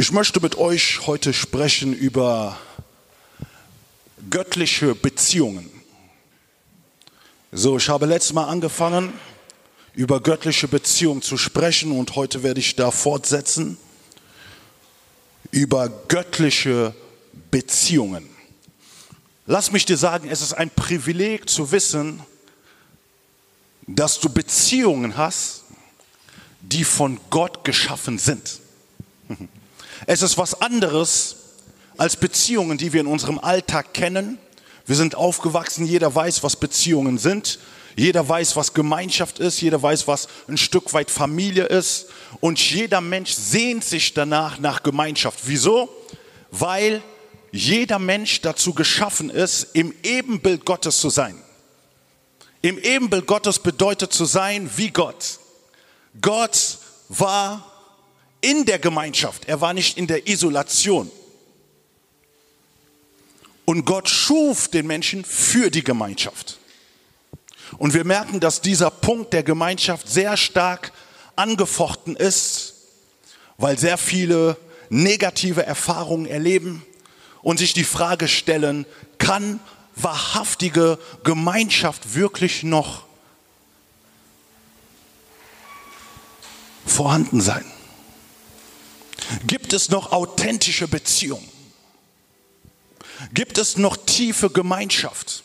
Ich möchte mit euch heute sprechen über göttliche Beziehungen. Ich habe letztes Mal angefangen, über göttliche Beziehungen zu sprechen und heute werde ich da fortsetzen, über göttliche Beziehungen. Lass mich dir sagen, es ist ein Privileg zu wissen, dass du Beziehungen hast, die von Gott geschaffen sind. Es ist was anderes als Beziehungen, die wir in unserem Alltag kennen. Wir sind aufgewachsen, jeder weiß, was Beziehungen sind. Jeder weiß, was Gemeinschaft ist. Jeder weiß, was ein Stück weit Familie ist. Und jeder Mensch sehnt sich danach nach Gemeinschaft. Wieso? Weil jeder Mensch dazu geschaffen ist, im Ebenbild Gottes zu sein. Im Ebenbild Gottes bedeutet zu sein wie Gott. Gott war in der Gemeinschaft, er war nicht in der Isolation. Und Gott schuf den Menschen für die Gemeinschaft. Und wir merken, dass dieser Punkt der Gemeinschaft sehr stark angefochten ist, weil sehr viele negative Erfahrungen erleben und sich die Frage stellen, kann wahrhaftige Gemeinschaft wirklich noch vorhanden sein? Gibt es noch authentische Beziehungen? Gibt es noch tiefe Gemeinschaft?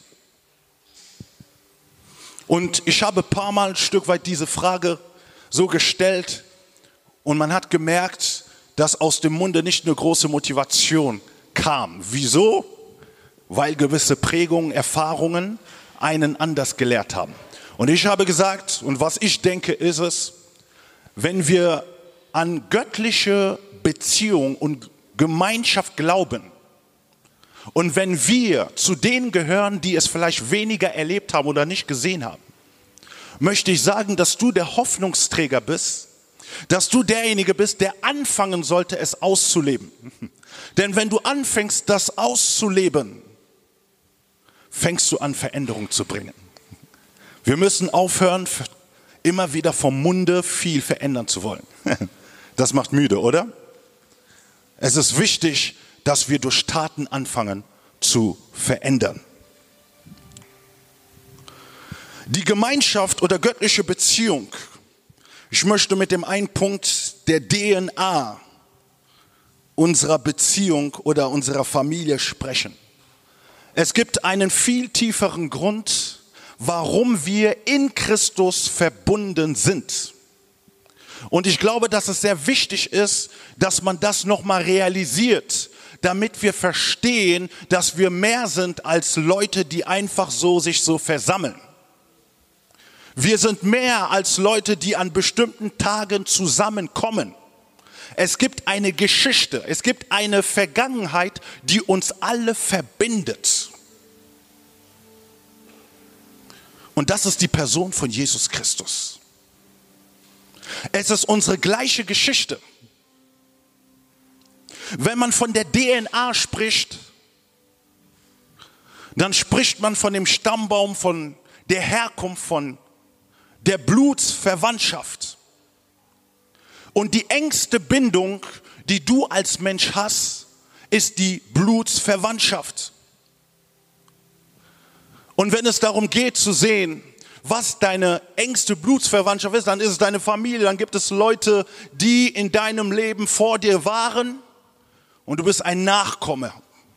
Und ich habe ein paar Mal ein Stück weit diese Frage so gestellt und man hat gemerkt, dass aus dem Munde nicht eine große Motivation kam. Wieso? Weil gewisse Prägungen, Erfahrungen einen anders gelehrt haben. Und ich habe gesagt, und was ich denke ist es, wenn wir an göttliche Beziehung und Gemeinschaft glauben und wenn wir zu denen gehören, die es vielleicht weniger erlebt haben oder nicht gesehen haben, möchte ich sagen, dass du der Hoffnungsträger bist, dass du derjenige bist, der anfangen sollte, es auszuleben. Denn wenn du anfängst, das auszuleben, fängst du an, Veränderung zu bringen. Wir müssen aufhören, immer wieder vom Munde viel verändern zu wollen. Das macht müde, oder? Es ist wichtig, dass wir durch Taten anfangen zu verändern. Die Gemeinschaft oder göttliche Beziehung. Ich möchte mit dem einen Punkt der DNA unserer Beziehung oder unserer Familie sprechen. Es gibt einen viel tieferen Grund, warum wir in Christus verbunden sind. Und ich glaube, dass es sehr wichtig ist, dass man das nochmal realisiert, damit wir verstehen, dass wir mehr sind als Leute, die einfach sich so versammeln. Wir sind mehr als Leute, die an bestimmten Tagen zusammenkommen. Es gibt eine Geschichte, es gibt eine Vergangenheit, die uns alle verbindet. Und das ist die Person von Jesus Christus. Es ist unsere gleiche Geschichte. Wenn man von der DNA spricht, dann spricht man von dem Stammbaum, von der Herkunft, von der Blutsverwandtschaft. Und die engste Bindung, die du als Mensch hast, ist die Blutsverwandtschaft. Und wenn es darum geht zu sehen, was deine engste Blutsverwandtschaft ist, dann ist es deine Familie, dann gibt es Leute, die in deinem Leben vor dir waren und du bist ein Nachkomme.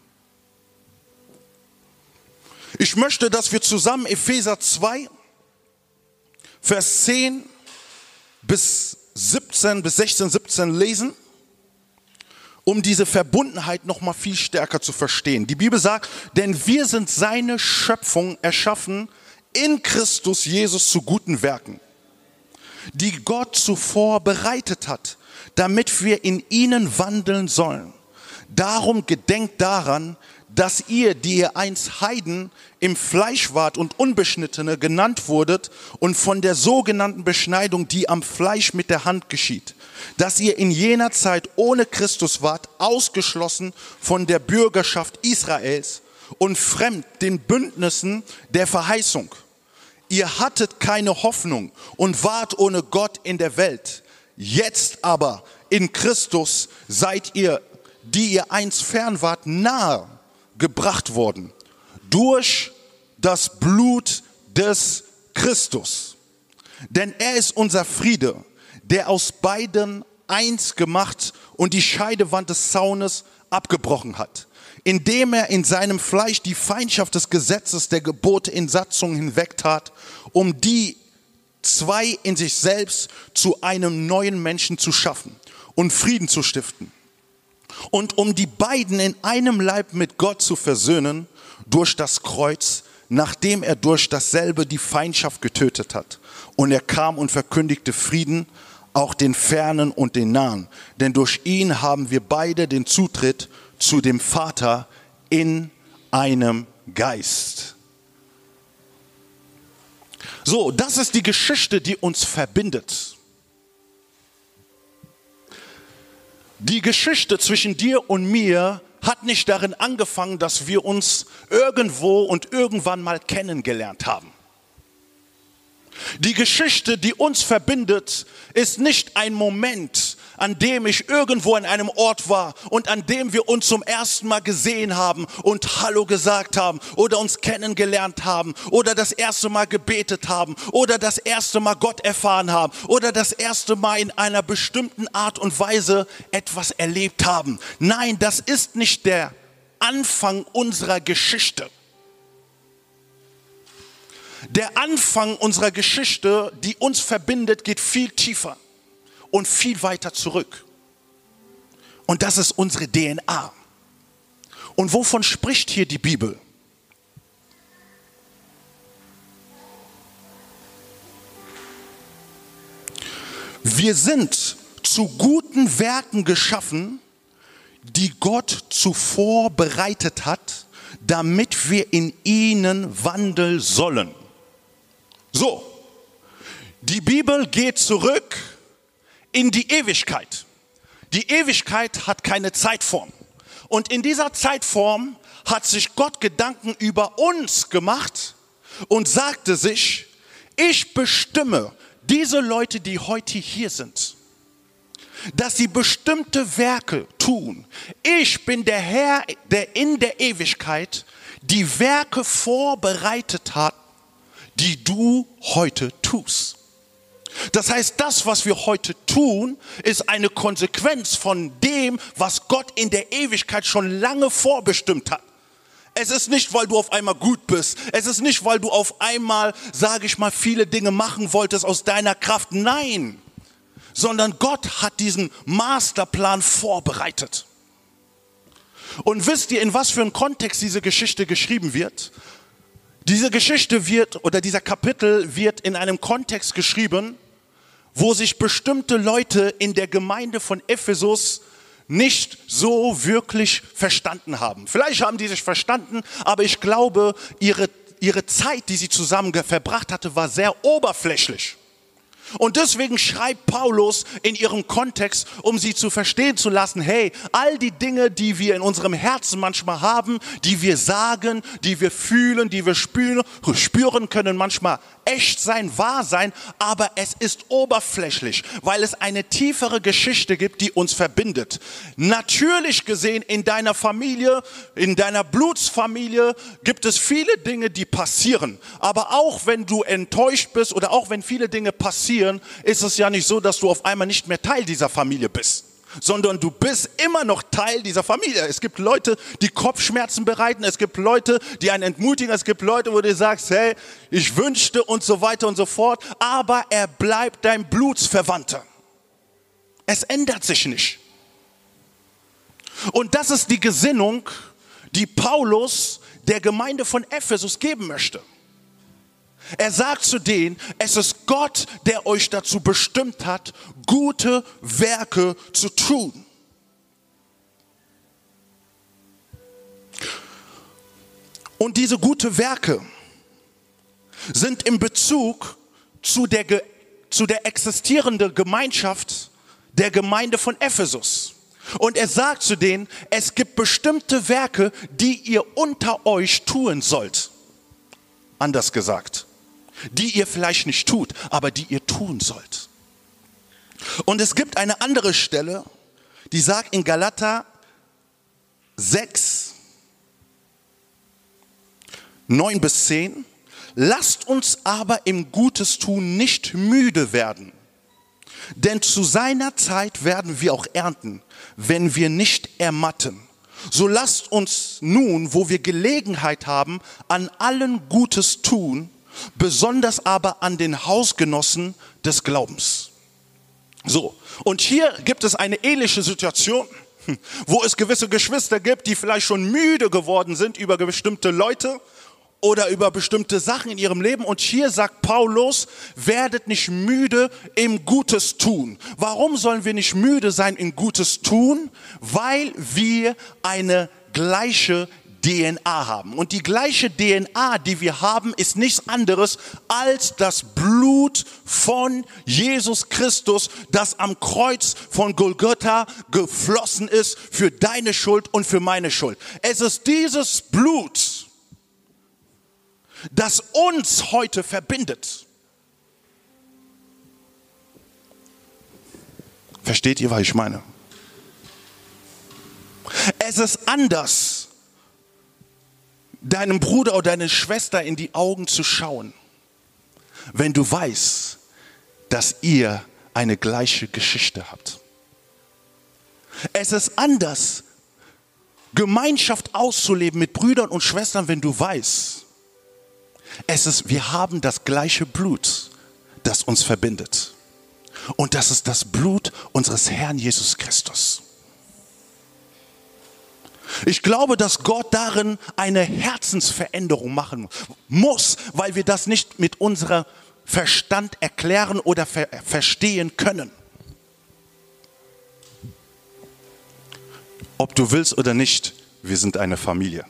Ich möchte, dass wir zusammen Epheser 2, Vers 10 bis 16, 17 lesen, um diese Verbundenheit noch mal viel stärker zu verstehen. Die Bibel sagt, denn wir sind seine Schöpfung erschaffen in Christus Jesus zu guten Werken, die Gott zuvor bereitet hat, damit wir in ihnen wandeln sollen. Darum gedenkt daran, dass ihr, die ihr einst Heiden im Fleisch wart und Unbeschnittene genannt wurdet und von der sogenannten Beschneidung, die am Fleisch mit der Hand geschieht, dass ihr in jener Zeit ohne Christus wart, ausgeschlossen von der Bürgerschaft Israels und fremd den Bündnissen der Verheißung. Ihr hattet keine Hoffnung und wart ohne Gott in der Welt. Jetzt aber in Christus seid ihr, die ihr einst fern wart, nahe gebracht worden durch das Blut des Christus. Denn er ist unser Friede, der aus beiden eins gemacht und die Scheidewand des Zaunes abgebrochen hat, indem er in seinem Fleisch die Feindschaft des Gesetzes der Gebote in Satzungen hinwegtat, um die zwei in sich selbst zu einem neuen Menschen zu schaffen und Frieden zu stiften. Und um die beiden in einem Leib mit Gott zu versöhnen durch das Kreuz, nachdem er durch dasselbe die Feindschaft getötet hat. Und er kam und verkündigte Frieden, auch den Fernen und den Nahen. Denn durch ihn haben wir beide den Zutritt zu dem Vater in einem Geist. So, das ist die Geschichte, die uns verbindet. Die Geschichte zwischen dir und mir hat nicht darin angefangen, dass wir uns irgendwo und irgendwann mal kennengelernt haben. Die Geschichte, die uns verbindet, ist nicht ein Moment, an dem ich irgendwo an einem Ort war und an dem wir uns zum ersten Mal gesehen haben und Hallo gesagt haben oder uns kennengelernt haben oder das erste Mal gebetet haben oder das erste Mal Gott erfahren haben oder das erste Mal in einer bestimmten Art und Weise etwas erlebt haben. Nein, das ist nicht der Anfang unserer Geschichte. Der Anfang unserer Geschichte, die uns verbindet, geht viel tiefer und viel weiter zurück. Und das ist unsere DNA. Und wovon spricht hier die Bibel? Wir sind zu guten Werken geschaffen, die Gott zuvor bereitet hat, damit wir in ihnen wandeln sollen. So, die Bibel geht zurück in die Ewigkeit. Die Ewigkeit hat keine Zeitform. Und in dieser Zeitform hat sich Gott Gedanken über uns gemacht und sagte sich, ich bestimme diese Leute, die heute hier sind, dass sie bestimmte Werke tun. Ich bin der Herr, der in der Ewigkeit die Werke vorbereitet hat, die du heute tust. Das heißt, das, was wir heute tun, ist eine Konsequenz von dem, was Gott in der Ewigkeit schon lange vorbestimmt hat. Es ist nicht, weil du auf einmal gut bist. Es ist nicht, weil du auf einmal, sage ich mal, viele Dinge machen wolltest aus deiner Kraft. Nein, sondern Gott hat diesen Masterplan vorbereitet. Und wisst ihr, in was für einem Kontext diese Geschichte geschrieben wird? Diese Geschichte wird, oder dieser Kapitel wird in einem Kontext geschrieben, wo sich bestimmte Leute in der Gemeinde von Ephesus nicht so wirklich verstanden haben. Vielleicht haben die sich verstanden, aber ich glaube, ihre Zeit, die sie zusammen verbracht hatte, war sehr oberflächlich. Und deswegen schreibt Paulus in ihrem Kontext, um sie zu verstehen zu lassen, hey, all die Dinge, die wir in unserem Herzen manchmal haben, die wir sagen, die wir fühlen, die wir spüren können, manchmal echt sein, wahr sein, aber es ist oberflächlich, weil es eine tiefere Geschichte gibt, die uns verbindet. Natürlich gesehen, in deiner Familie, in deiner Blutsfamilie gibt es viele Dinge, die passieren. Aber auch wenn du enttäuscht bist oder auch wenn viele Dinge passieren, ist es ja nicht so, dass du auf einmal nicht mehr Teil dieser Familie bist, sondern du bist immer noch Teil dieser Familie. Es gibt Leute, die Kopfschmerzen bereiten, es gibt Leute, die einen entmutigen, es gibt Leute, wo du sagst, hey, ich wünschte und so weiter und so fort, aber er bleibt dein Blutsverwandter. Es ändert sich nicht. Und das ist die Gesinnung, die Paulus der Gemeinde von Ephesus geben möchte. Er sagt zu denen, es ist Gott, der euch dazu bestimmt hat, gute Werke zu tun. Und diese guten Werke sind in Bezug zu der existierenden Gemeinschaft der Gemeinde von Ephesus. Und er sagt zu denen, es gibt bestimmte Werke, die ihr unter euch tun sollt. Anders gesagt. Die ihr vielleicht nicht tut, aber die ihr tun sollt. Und es gibt eine andere Stelle, die sagt in Galater 6, 9 bis 10, lasst uns aber im Gutes tun nicht müde werden, denn zu seiner Zeit werden wir auch ernten, wenn wir nicht ermatten. So lasst uns nun, wo wir Gelegenheit haben, an allen Gutes tun, besonders aber an den Hausgenossen des Glaubens. So, und hier gibt es eine ähnliche Situation, wo es gewisse Geschwister gibt, die vielleicht schon müde geworden sind über bestimmte Leute oder über bestimmte Sachen in ihrem Leben. Und hier sagt Paulus, werdet nicht müde im Gutes tun. Warum sollen wir nicht müde sein im Gutes tun? Weil wir eine gleiche DNA haben. Und die gleiche DNA, die wir haben, ist nichts anderes als das Blut von Jesus Christus, das am Kreuz von Golgatha geflossen ist für deine Schuld und für meine Schuld. Es ist dieses Blut, das uns heute verbindet. Versteht ihr, was ich meine? Es ist anders, deinem Bruder oder deine Schwester in die Augen zu schauen, wenn du weißt, dass ihr eine gleiche Geschichte habt. Es ist anders, Gemeinschaft auszuleben mit Brüdern und Schwestern, wenn du weißt, wir haben das gleiche Blut, das uns verbindet. Und das ist das Blut unseres Herrn Jesus Christus. Ich glaube, dass Gott darin eine Herzensveränderung machen muss, weil wir das nicht mit unserem Verstand erklären oder verstehen können. Ob du willst oder nicht, wir sind eine Familie.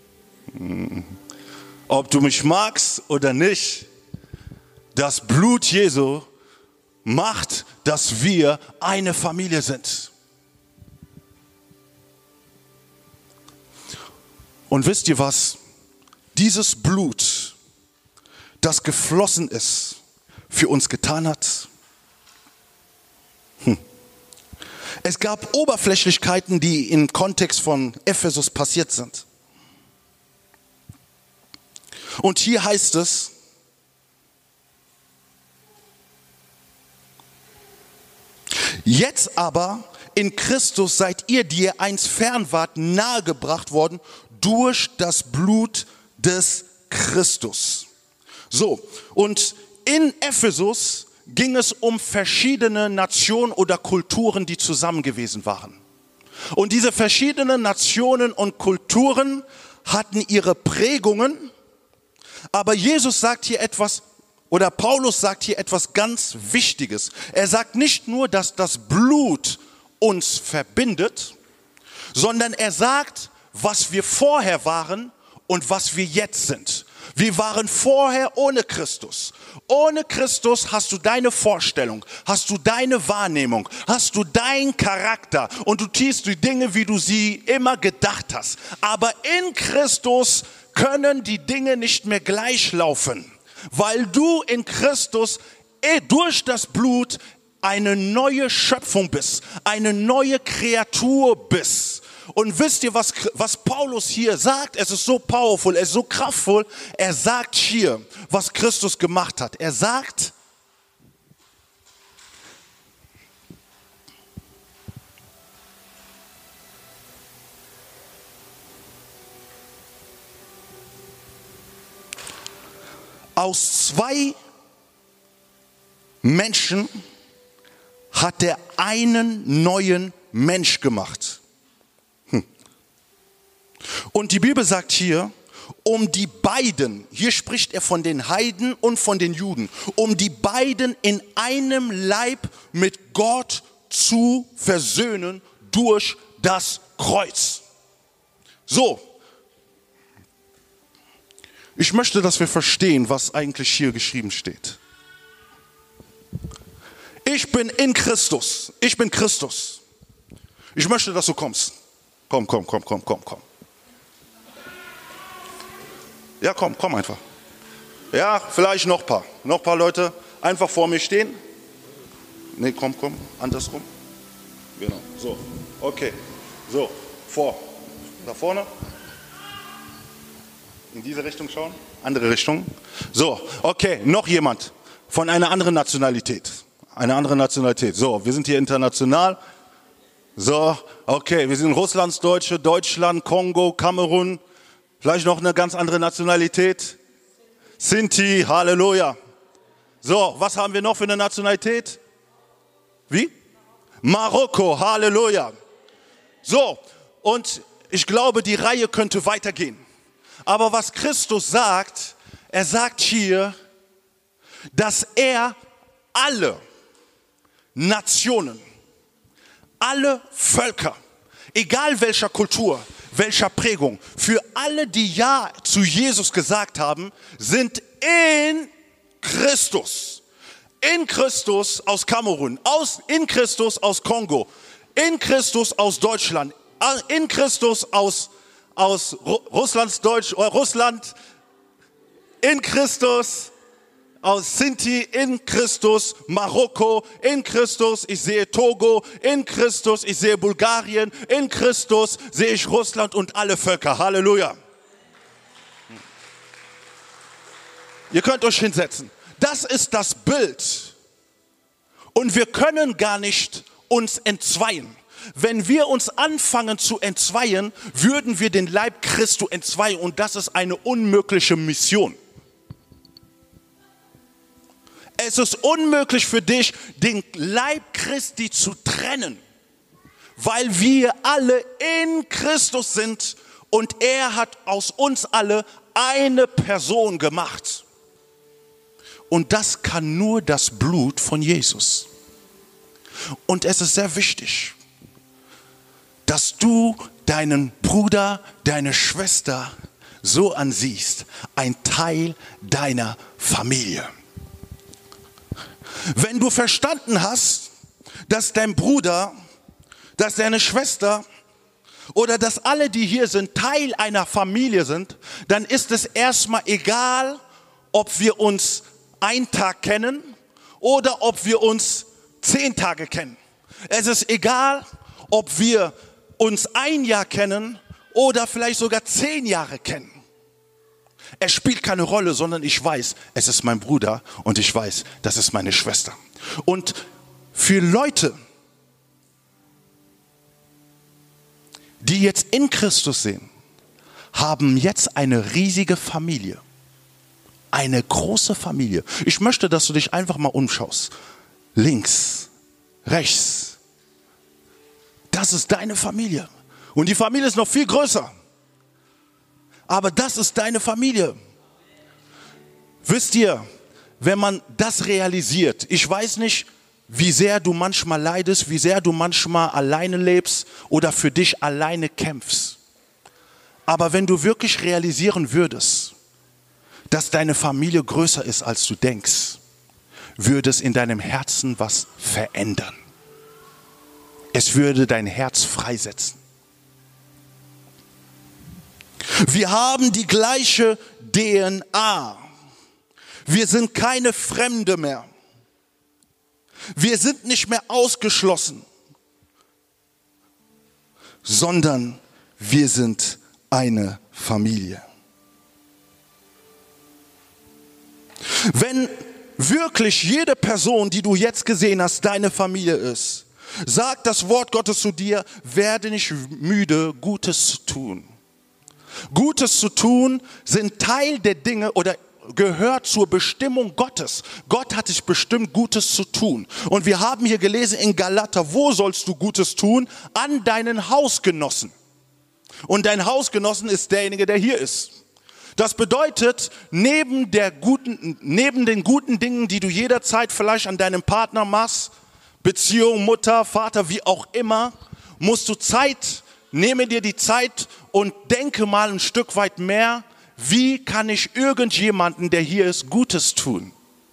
Ob du mich magst oder nicht, das Blut Jesu macht, dass wir eine Familie sind. Und wisst ihr was? Dieses Blut, das geflossen ist, für uns getan hat. Es gab Oberflächlichkeiten, die im Kontext von Ephesus passiert sind. Und hier heißt es, jetzt aber in Christus seid ihr, die ihr einst fern wart, nahegebracht worden durch das Blut des Christus. So, und in Ephesus ging es um verschiedene Nationen oder Kulturen, die zusammen gewesen waren. Und diese verschiedenen Nationen und Kulturen hatten ihre Prägungen, aber Jesus sagt hier etwas, oder Paulus sagt hier etwas ganz Wichtiges. Er sagt nicht nur, dass das Blut uns verbindet, sondern er sagt, was wir vorher waren und was wir jetzt sind. Wir waren vorher ohne Christus. Ohne Christus hast du deine Vorstellung, hast du deine Wahrnehmung, hast du deinen Charakter und du tust die Dinge, wie du sie immer gedacht hast. Aber in Christus können die Dinge nicht mehr gleich laufen, weil du in Christus durch das Blut eine neue Schöpfung bist, eine neue Kreatur bist. Und wisst ihr, was Paulus hier sagt? Es ist so powerful, es ist so kraftvoll. Er sagt hier, was Christus gemacht hat. Er sagt, aus zwei Menschen hat er einen neuen Mensch gemacht. Und die Bibel sagt hier, um die beiden, hier spricht er von den Heiden und von den Juden, um die beiden in einem Leib mit Gott zu versöhnen durch das Kreuz. So, ich möchte, dass wir verstehen, was eigentlich hier geschrieben steht. Ich bin in Christus, ich bin Christus. Ich möchte, dass du kommst. Komm. Ja, komm einfach. Ja, vielleicht noch ein paar Leute einfach vor mir stehen. Nee, komm, andersrum. Genau, so, okay. So, da vorne. In diese Richtung schauen, andere Richtung. So, okay, noch jemand von einer anderen Nationalität. Eine andere Nationalität. So, wir sind hier international. So, okay, wir sind Russlandsdeutsche, Deutschland, Kongo, Kamerun. Vielleicht noch eine ganz andere Nationalität. Sinti, Halleluja. So, was haben wir noch für eine Nationalität? Wie? Marokko, Halleluja. So, und ich glaube, die Reihe könnte weitergehen. Aber was Christus sagt, er sagt hier, dass er alle Nationen, alle Völker, egal welcher Kultur, welcher Prägung, für alle, die Ja zu Jesus gesagt haben, sind in Christus. In Christus aus Kamerun, in Christus aus Kongo, in Christus aus Deutschland, in Christus aus Russland, in Christus aus Sinti, in Christus Marokko, in Christus ich sehe Togo, in Christus ich sehe Bulgarien, in Christus sehe ich Russland und alle Völker. Halleluja. Ihr könnt euch hinsetzen. Das ist das Bild. Und wir können gar nicht uns entzweien. Wenn wir uns anfangen zu entzweien, würden wir den Leib Christi entzweien. Und das ist eine unmögliche Mission. Es ist unmöglich für dich, den Leib Christi zu trennen, weil wir alle in Christus sind und er hat aus uns alle eine Person gemacht. Und das kann nur das Blut von Jesus. Und es ist sehr wichtig, dass du deinen Bruder, deine Schwester so ansiehst, ein Teil deiner Familie. Wenn du verstanden hast, dass dein Bruder, dass deine Schwester oder dass alle, die hier sind, Teil einer Familie sind, dann ist es erstmal egal, ob wir uns einen Tag kennen oder ob wir uns 10 Tage kennen. Es ist egal, ob wir uns 1 Jahr kennen oder vielleicht sogar 10 Jahre kennen. Es spielt keine Rolle, sondern ich weiß, es ist mein Bruder und ich weiß, das ist meine Schwester. Und für Leute, die jetzt in Christus sind, haben jetzt eine riesige Familie. Eine große Familie. Ich möchte, dass du dich einfach mal umschaust. Links, rechts. Das ist deine Familie. Und die Familie ist noch viel größer. Aber das ist deine Familie. Wisst ihr, wenn man das realisiert, ich weiß nicht, wie sehr du manchmal leidest, wie sehr du manchmal alleine lebst oder für dich alleine kämpfst. Aber wenn du wirklich realisieren würdest, dass deine Familie größer ist, als du denkst, würde es in deinem Herzen was verändern. Es würde dein Herz freisetzen. Wir haben die gleiche DNA. Wir sind keine Fremde mehr. Wir sind nicht mehr ausgeschlossen, sondern wir sind eine Familie. Wenn wirklich jede Person, die du jetzt gesehen hast, deine Familie ist, sagt das Wort Gottes zu dir, werde nicht müde, Gutes zu tun. Gutes zu tun sind Teil der Dinge oder gehört zur Bestimmung Gottes. Gott hat dich bestimmt, Gutes zu tun. Und wir haben hier gelesen in Galater, wo sollst du Gutes tun? An deinen Hausgenossen. Und dein Hausgenossen ist derjenige, der hier ist. Das bedeutet, neben den guten Dingen, die du jederzeit vielleicht an deinem Partner machst, Beziehung, Mutter, Vater, wie auch immer, musst du nehme dir die Zeit und denke mal ein Stück weit mehr, wie kann ich irgendjemanden, der hier ist, Gutes tun?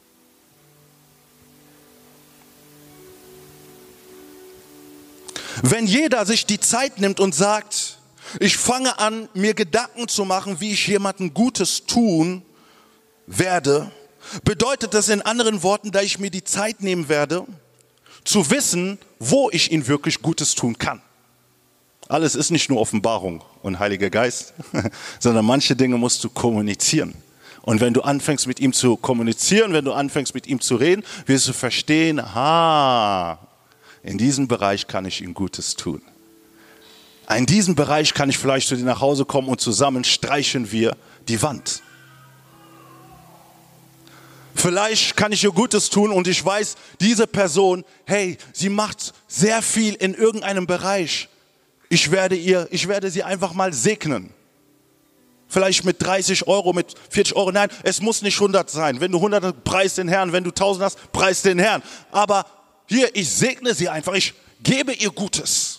Wenn jeder sich die Zeit nimmt und sagt, ich fange an, mir Gedanken zu machen, wie ich jemandem Gutes tun werde, bedeutet das in anderen Worten, da ich mir die Zeit nehmen werde, zu wissen, wo ich ihm wirklich Gutes tun kann. Alles ist nicht nur Offenbarung und Heiliger Geist, sondern manche Dinge musst du kommunizieren. Und wenn du anfängst mit ihm zu kommunizieren, wenn du anfängst mit ihm zu reden, wirst du verstehen, in diesem Bereich kann ich ihm Gutes tun. In diesem Bereich kann ich vielleicht zu dir nach Hause kommen und zusammen streichen wir die Wand. Vielleicht kann ich ihr Gutes tun und ich weiß, diese Person, hey, sie macht sehr viel in irgendeinem Bereich. Ich werde sie einfach mal segnen. Vielleicht mit 30 Euro, mit 40 Euro. Nein, es muss nicht 100 sein. Wenn du 100 hast, preis den Herrn. Wenn du 1000 hast, preis den Herrn. Aber hier, ich segne sie einfach. Ich gebe ihr Gutes.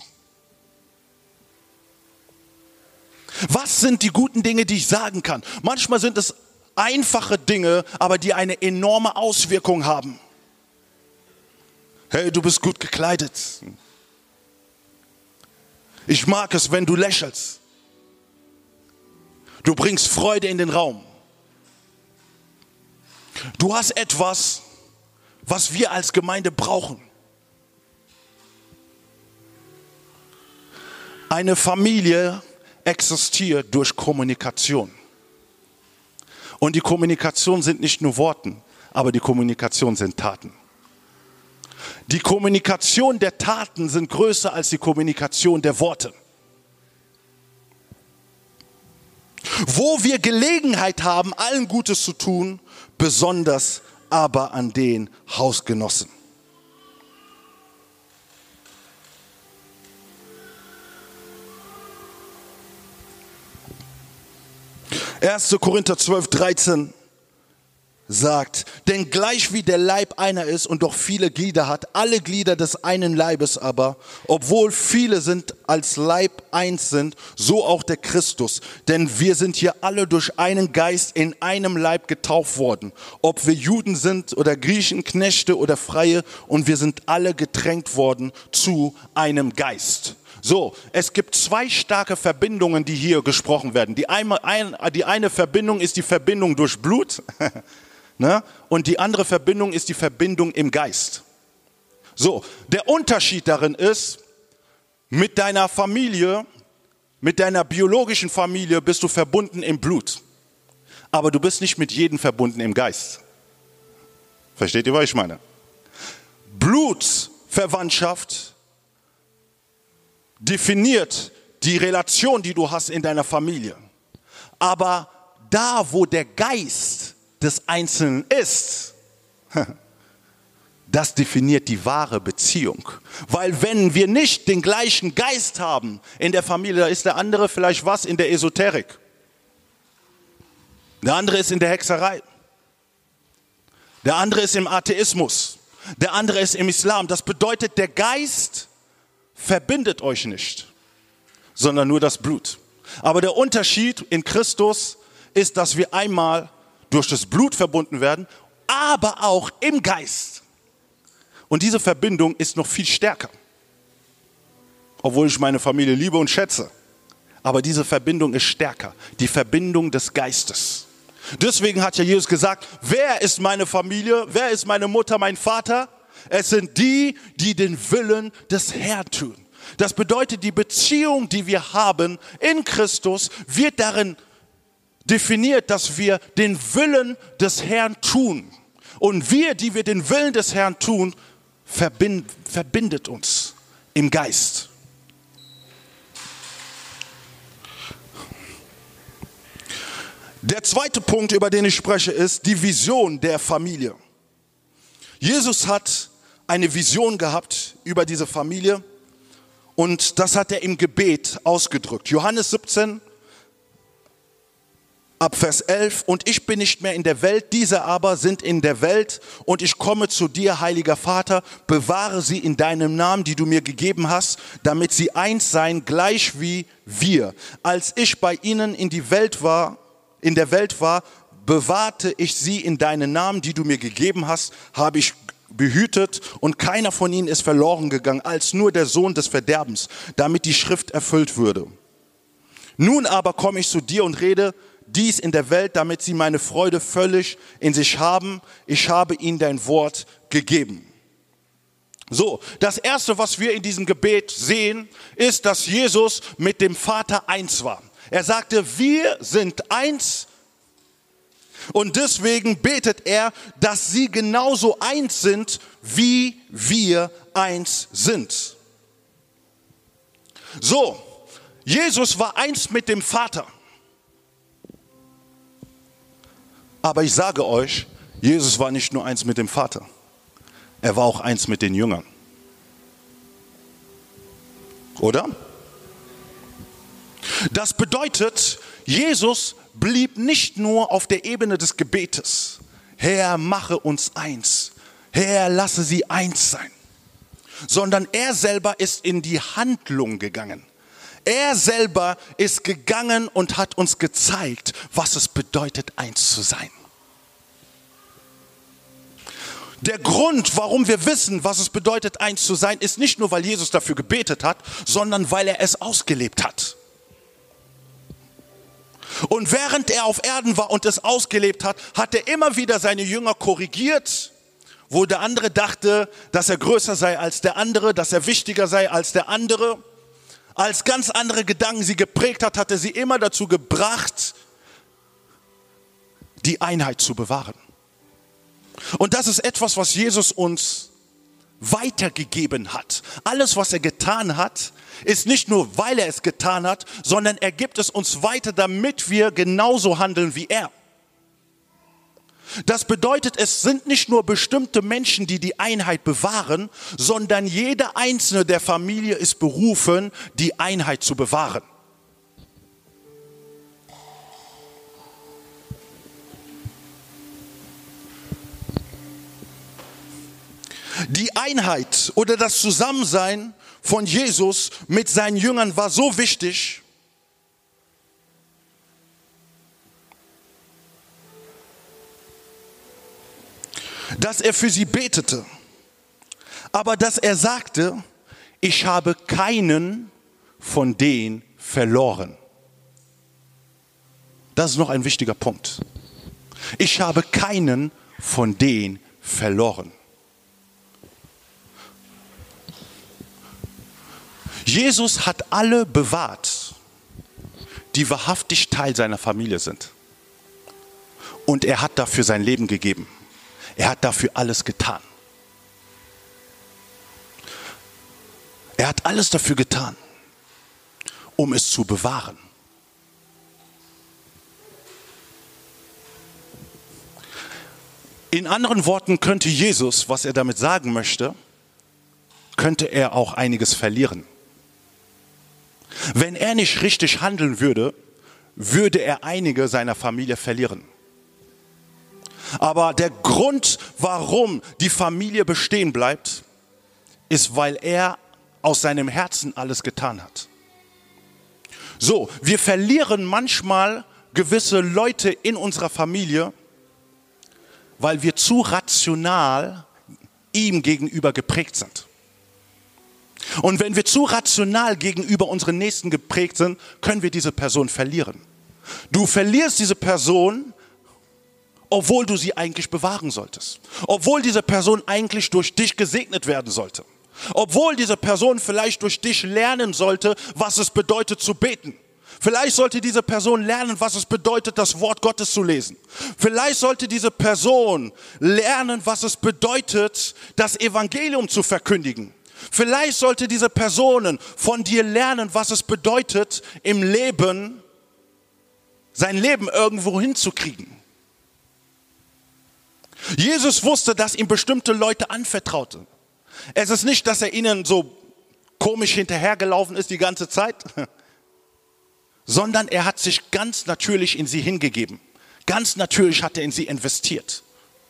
Was sind die guten Dinge, die ich sagen kann? Manchmal sind es einfache Dinge, aber die eine enorme Auswirkung haben. Hey, du bist gut gekleidet. Ich mag es, wenn du lächelst. Du bringst Freude in den Raum. Du hast etwas, was wir als Gemeinde brauchen. Eine Familie existiert durch Kommunikation. Und die Kommunikation sind nicht nur Worte, aber die Kommunikation sind Taten. Die Kommunikation der Taten sind größer als die Kommunikation der Worte. Wo wir Gelegenheit haben, allen Gutes zu tun, besonders aber an den Hausgenossen. 1. Korinther 12,13 sagt, denn gleich wie der Leib einer ist und doch viele Glieder hat, alle Glieder des einen Leibes aber, obwohl viele sind als Leib eins sind, so auch der Christus. Denn wir sind hier alle durch einen Geist in einem Leib getauft worden. Ob wir Juden sind oder Griechen, Knechte oder Freie, und wir sind alle getränkt worden zu einem Geist. So, es gibt zwei starke Verbindungen, die hier gesprochen werden. Die eine Verbindung ist die Verbindung durch Blut. Ne? Und die andere Verbindung ist die Verbindung im Geist. So, der Unterschied darin ist, mit deiner Familie, mit deiner biologischen Familie bist du verbunden im Blut. Aber du bist nicht mit jedem verbunden im Geist. Versteht ihr, was ich meine? Blutsverwandtschaft definiert die Relation, die du hast in deiner Familie. Aber da, wo der Geist des Einzelnen ist, das definiert die wahre Beziehung. Weil wenn wir nicht den gleichen Geist haben in der Familie, da ist der andere vielleicht was in der Esoterik. Der andere ist in der Hexerei. Der andere ist im Atheismus. Der andere ist im Islam. Das bedeutet, der Geist verbindet euch nicht, sondern nur das Blut. Aber der Unterschied in Christus ist, dass wir einmal durch das Blut verbunden werden, aber auch im Geist. Und diese Verbindung ist noch viel stärker. Obwohl ich meine Familie liebe und schätze. Aber diese Verbindung ist stärker. Die Verbindung des Geistes. Deswegen hat ja Jesus gesagt, wer ist meine Familie? Wer ist meine Mutter, mein Vater? Es sind die, die den Willen des Herrn tun. Das bedeutet, die Beziehung, die wir haben in Christus, wird darin definiert, dass wir den Willen des Herrn tun. Und wir, die wir den Willen des Herrn tun, verbindet uns im Geist. Der zweite Punkt, über den ich spreche, ist die Vision der Familie. Jesus hat eine Vision gehabt über diese Familie und das hat er im Gebet ausgedrückt. Johannes 17, ab Vers 11, und ich bin nicht mehr in der Welt, diese aber sind in der Welt und ich komme zu dir, heiliger Vater, bewahre sie in deinem Namen, die du mir gegeben hast, damit sie eins seien, gleich wie wir. Als ich bei ihnen in der Welt war, bewahrte ich sie in deinen Namen, die du mir gegeben hast, habe ich behütet und keiner von ihnen ist verloren gegangen, als nur der Sohn des Verderbens, damit die Schrift erfüllt würde. Nun aber komme ich zu dir und rede dies in der Welt, damit sie meine Freude völlig in sich haben. Ich habe ihnen dein Wort gegeben. So, das Erste, was wir in diesem Gebet sehen, ist, dass Jesus mit dem Vater eins war. Er sagte, wir sind eins und deswegen betet er, dass sie genauso eins sind, wie wir eins sind. So, Jesus war eins mit dem Vater. Aber ich sage euch, Jesus war nicht nur eins mit dem Vater. Er war auch eins mit den Jüngern. Oder? Das bedeutet, Jesus blieb nicht nur auf der Ebene des Gebetes. Herr, mache uns eins. Herr, lasse sie eins sein. Sondern er selber ist in die Handlung gegangen. Er selber ist gegangen und hat uns gezeigt, was es bedeutet, eins zu sein. Der Grund, warum wir wissen, was es bedeutet, eins zu sein, ist nicht nur, weil Jesus dafür gebetet hat, sondern weil er es ausgelebt hat. Und während er auf Erden war und es ausgelebt hat, hat er immer wieder seine Jünger korrigiert, wo der andere dachte, dass er größer sei als der andere, dass er wichtiger sei als der andere. Als ganz andere Gedanken sie geprägt hat, hat er sie immer dazu gebracht, die Einheit zu bewahren. Und das ist etwas, was Jesus uns weitergegeben hat. Alles, was er getan hat, ist nicht nur, weil er es getan hat, sondern er gibt es uns weiter, damit wir genauso handeln wie er. Das bedeutet, es sind nicht nur bestimmte Menschen, die die Einheit bewahren, sondern jeder Einzelne der Familie ist berufen, die Einheit zu bewahren. Die Einheit oder das Zusammensein von Jesus mit seinen Jüngern war so wichtig, dass er für sie betete, aber dass er sagte, ich habe keinen von denen verloren. Das ist noch ein wichtiger Punkt. Ich habe keinen von denen verloren. Jesus hat alle bewahrt, die wahrhaftig Teil seiner Familie sind. Und er hat dafür sein Leben gegeben. Er hat dafür alles getan. Er hat alles dafür getan, um es zu bewahren. In anderen Worten könnte Jesus, was er damit sagen möchte, könnte er auch einiges verlieren. Wenn er nicht richtig handeln würde, würde er einige seiner Familie verlieren. Aber der Grund, warum die Familie bestehen bleibt, ist, weil er aus seinem Herzen alles getan hat. So, wir verlieren manchmal gewisse Leute in unserer Familie, weil wir zu rational ihm gegenüber geprägt sind. Und wenn wir zu rational gegenüber unseren Nächsten geprägt sind, können wir diese Person verlieren. Du verlierst diese Person, obwohl du sie eigentlich bewahren solltest. Obwohl diese Person eigentlich durch dich gesegnet werden sollte. Obwohl diese Person vielleicht durch dich lernen sollte, was es bedeutet zu beten. Vielleicht sollte diese Person lernen, was es bedeutet, das Wort Gottes zu lesen. Vielleicht sollte diese Person lernen, was es bedeutet, das Evangelium zu verkündigen. Vielleicht sollte diese Person von dir lernen, was es bedeutet, im Leben, sein Leben irgendwo hinzukriegen. Jesus wusste, dass ihm bestimmte Leute anvertraute. Es ist nicht, dass er ihnen so komisch hinterhergelaufen ist die ganze Zeit, sondern er hat sich ganz natürlich in sie hingegeben. Ganz natürlich hat er in sie investiert.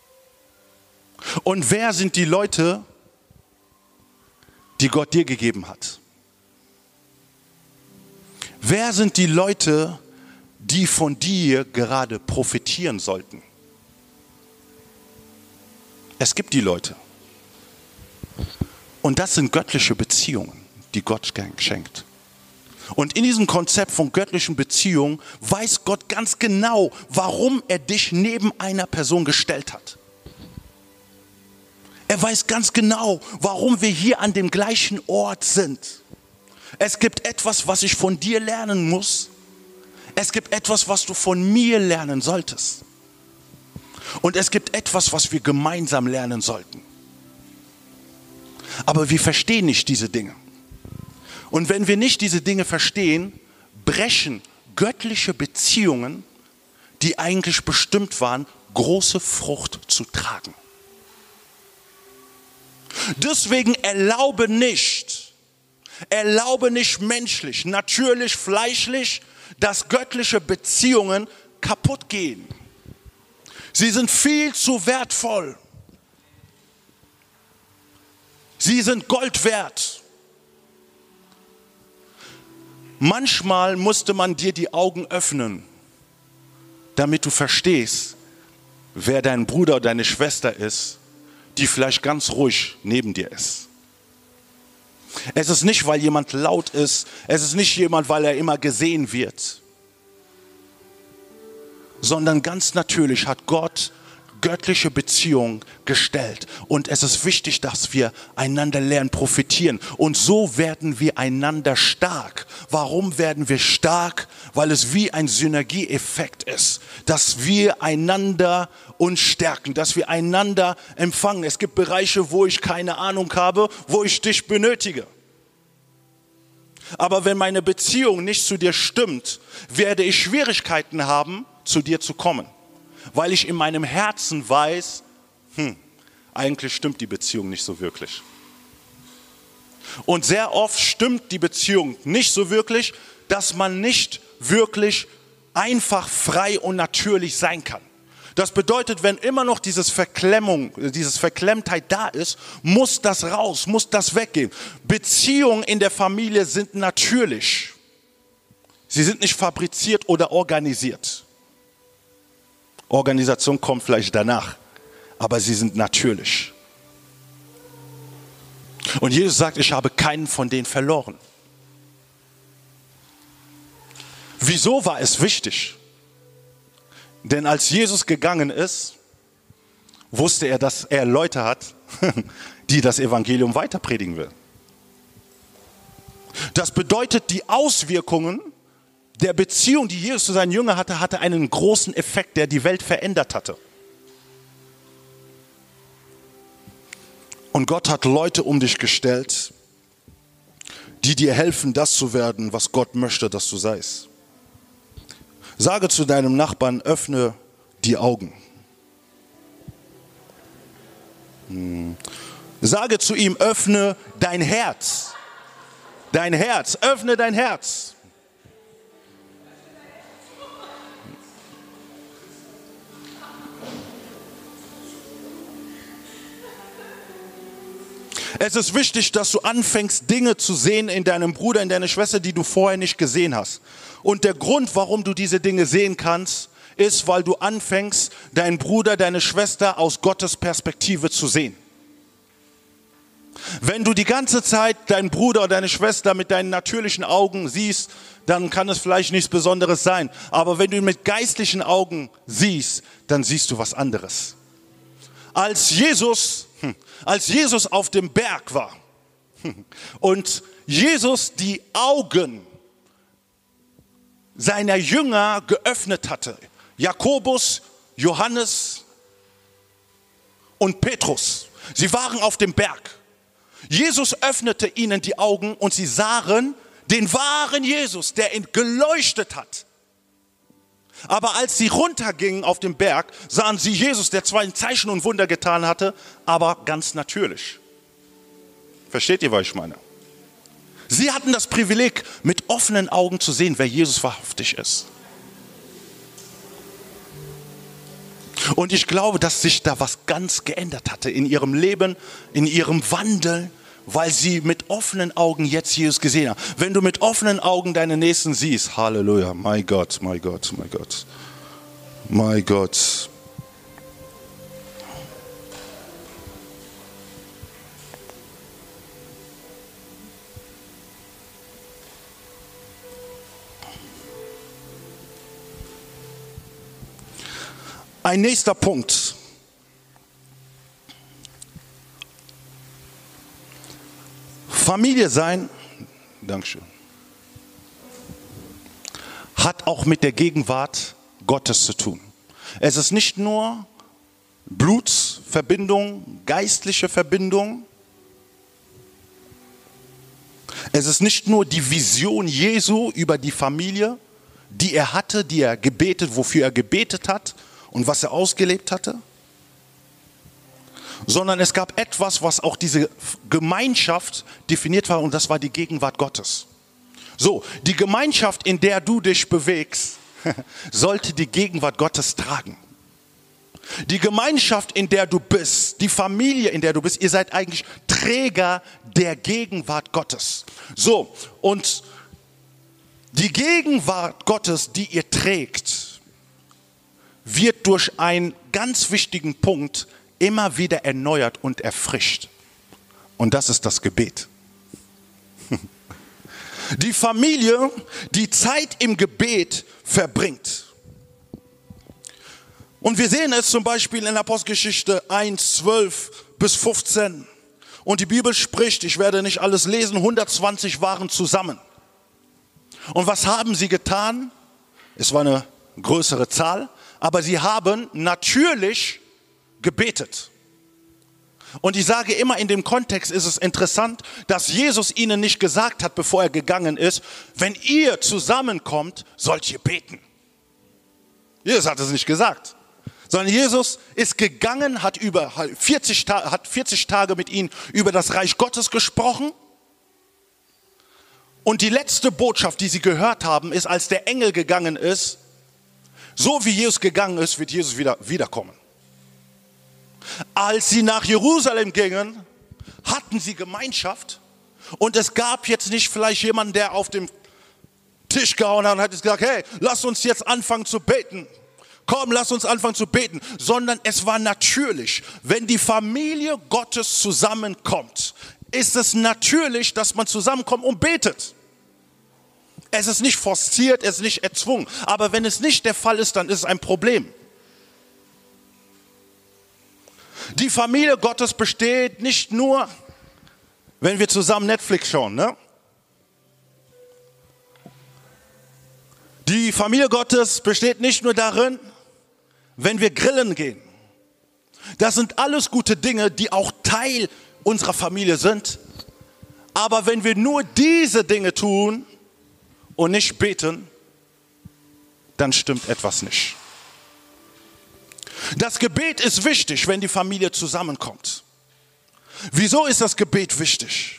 Und wer sind die Leute, die Gott dir gegeben hat? Wer sind die Leute, die von dir gerade profitieren sollten? Es gibt die Leute. Und das sind göttliche Beziehungen, die Gott schenkt. Und in diesem Konzept von göttlichen Beziehungen weiß Gott ganz genau, warum er dich neben einer Person gestellt hat. Er weiß ganz genau, warum wir hier an dem gleichen Ort sind. Es gibt etwas, was ich von dir lernen muss. Es gibt etwas, was du von mir lernen solltest. Und es gibt etwas, was wir gemeinsam lernen sollten. Aber wir verstehen nicht diese Dinge. Und wenn wir nicht diese Dinge verstehen, brechen göttliche Beziehungen, die eigentlich bestimmt waren, große Frucht zu tragen. Deswegen erlaube nicht menschlich, natürlich, fleischlich, dass göttliche Beziehungen kaputt gehen. Sie sind viel zu wertvoll. Sie sind Gold wert. Manchmal musste man dir die Augen öffnen, damit du verstehst, wer dein Bruder oder deine Schwester ist, die vielleicht ganz ruhig neben dir ist. Es ist nicht, weil jemand laut ist, es ist nicht jemand, weil er immer gesehen wird, sondern ganz natürlich hat Gott göttliche Beziehung gestellt. Und es ist wichtig, dass wir einander lernen, profitieren. Und so werden wir einander stark. Warum werden wir stark? Weil es wie ein Synergieeffekt ist, dass wir einander uns stärken, dass wir einander empfangen. Es gibt Bereiche, wo ich keine Ahnung habe, wo ich dich benötige. Aber wenn meine Beziehung nicht zu dir stimmt, werde ich Schwierigkeiten haben, zu dir zu kommen. Weil ich in meinem Herzen weiß, eigentlich stimmt die Beziehung nicht so wirklich. Und sehr oft stimmt die Beziehung nicht so wirklich, dass man nicht wirklich einfach frei und natürlich sein kann. Das bedeutet, wenn immer noch diese Verklemmtheit da ist, muss das raus, muss das weggehen. Beziehungen in der Familie sind natürlich. Sie sind nicht fabriziert oder organisiert. Organisation kommt vielleicht danach, aber sie sind natürlich. Und Jesus sagt, ich habe keinen von denen verloren. Wieso war es wichtig? Denn als Jesus gegangen ist, wusste er, dass er Leute hat, die das Evangelium weiter predigen will. Das bedeutet, die Auswirkungen der Beziehung, die Jesus zu seinen Jüngern hatte, hatte einen großen Effekt, der die Welt verändert hatte. Und Gott hat Leute um dich gestellt, die dir helfen, das zu werden, was Gott möchte, dass du seist. Sage zu deinem Nachbarn, öffne die Augen. Sage zu ihm, öffne dein Herz. Dein Herz, öffne dein Herz. Es ist wichtig, dass du anfängst, Dinge zu sehen in deinem Bruder, in deiner Schwester, die du vorher nicht gesehen hast. Und der Grund, warum du diese Dinge sehen kannst, ist, weil du anfängst, deinen Bruder, deine Schwester aus Gottes Perspektive zu sehen. Wenn du die ganze Zeit deinen Bruder oder deine Schwester mit deinen natürlichen Augen siehst, dann kann es vielleicht nichts Besonderes sein. Aber wenn du ihn mit geistlichen Augen siehst, dann siehst du was anderes. Als Jesus auf dem Berg war und Jesus die Augen seiner Jünger geöffnet hatte, Jakobus, Johannes und Petrus, sie waren auf dem Berg. Jesus öffnete ihnen die Augen und sie sahen den wahren Jesus, der ihn geleuchtet hat. Aber als sie runtergingen auf den Berg, sahen sie Jesus, der zwar ein Zeichen und Wunder getan hatte, aber ganz natürlich. Versteht ihr, was ich meine? Sie hatten das Privileg, mit offenen Augen zu sehen, wer Jesus wahrhaftig ist. Und ich glaube, dass sich da was ganz geändert hatte in ihrem Leben, in ihrem Wandel, weil sie mit offenen Augen jetzt Jesus gesehen haben. Wenn du mit offenen Augen deine Nächsten siehst, Halleluja, mein Gott, mein Gott, mein Gott, mein Gott. Ein nächster Punkt. Familie sein, Dankeschön, hat auch mit der Gegenwart Gottes zu tun. Es ist nicht nur Blutsverbindung, geistliche Verbindung. Es ist nicht nur die Vision Jesu über die Familie, die er hatte, die er gebetet, wofür er gebetet hat und was er ausgelebt hatte, sondern es gab etwas, was auch diese Gemeinschaft definiert war, und das war die Gegenwart Gottes. So, die Gemeinschaft, in der du dich bewegst, sollte die Gegenwart Gottes tragen. Die Gemeinschaft, in der du bist, die Familie, in der du bist, ihr seid eigentlich Träger der Gegenwart Gottes. So, und die Gegenwart Gottes, die ihr trägt, wird durch einen ganz wichtigen Punkt immer wieder erneuert und erfrischt. Und das ist das Gebet. Die Familie, die Zeit im Gebet verbringt. Und wir sehen es zum Beispiel in Apostelgeschichte 1, 12 bis 15. Und die Bibel spricht, ich werde nicht alles lesen, 120 waren zusammen. Und was haben sie getan? Es war eine größere Zahl, aber sie haben natürlich gebetet. Und ich sage immer, in dem Kontext ist es interessant, dass Jesus ihnen nicht gesagt hat, bevor er gegangen ist, wenn ihr zusammenkommt, sollt ihr beten. Jesus hat es nicht gesagt. Sondern Jesus ist gegangen, hat 40 Tage mit ihnen über das Reich Gottes gesprochen. Und die letzte Botschaft, die sie gehört haben, ist, als der Engel gegangen ist, so wie Jesus gegangen ist, wird Jesus wiederkommen. Als sie nach Jerusalem gingen, hatten sie Gemeinschaft. Und es gab jetzt nicht vielleicht jemanden, der auf dem Tisch gehauen hat und hat gesagt, hey, lass uns jetzt anfangen zu beten. Komm, lass uns anfangen zu beten. Sondern es war natürlich, wenn die Familie Gottes zusammenkommt, ist es natürlich, dass man zusammenkommt und betet. Es ist nicht forciert, es ist nicht erzwungen. Aber wenn es nicht der Fall ist, dann ist es ein Problem. Die Familie Gottes besteht nicht nur, wenn wir zusammen Netflix schauen, ne? Die Familie Gottes besteht nicht nur darin, wenn wir grillen gehen. Das sind alles gute Dinge, die auch Teil unserer Familie sind. Aber wenn wir nur diese Dinge tun und nicht beten, dann stimmt etwas nicht. Das Gebet ist wichtig, wenn die Familie zusammenkommt. Wieso ist das Gebet wichtig?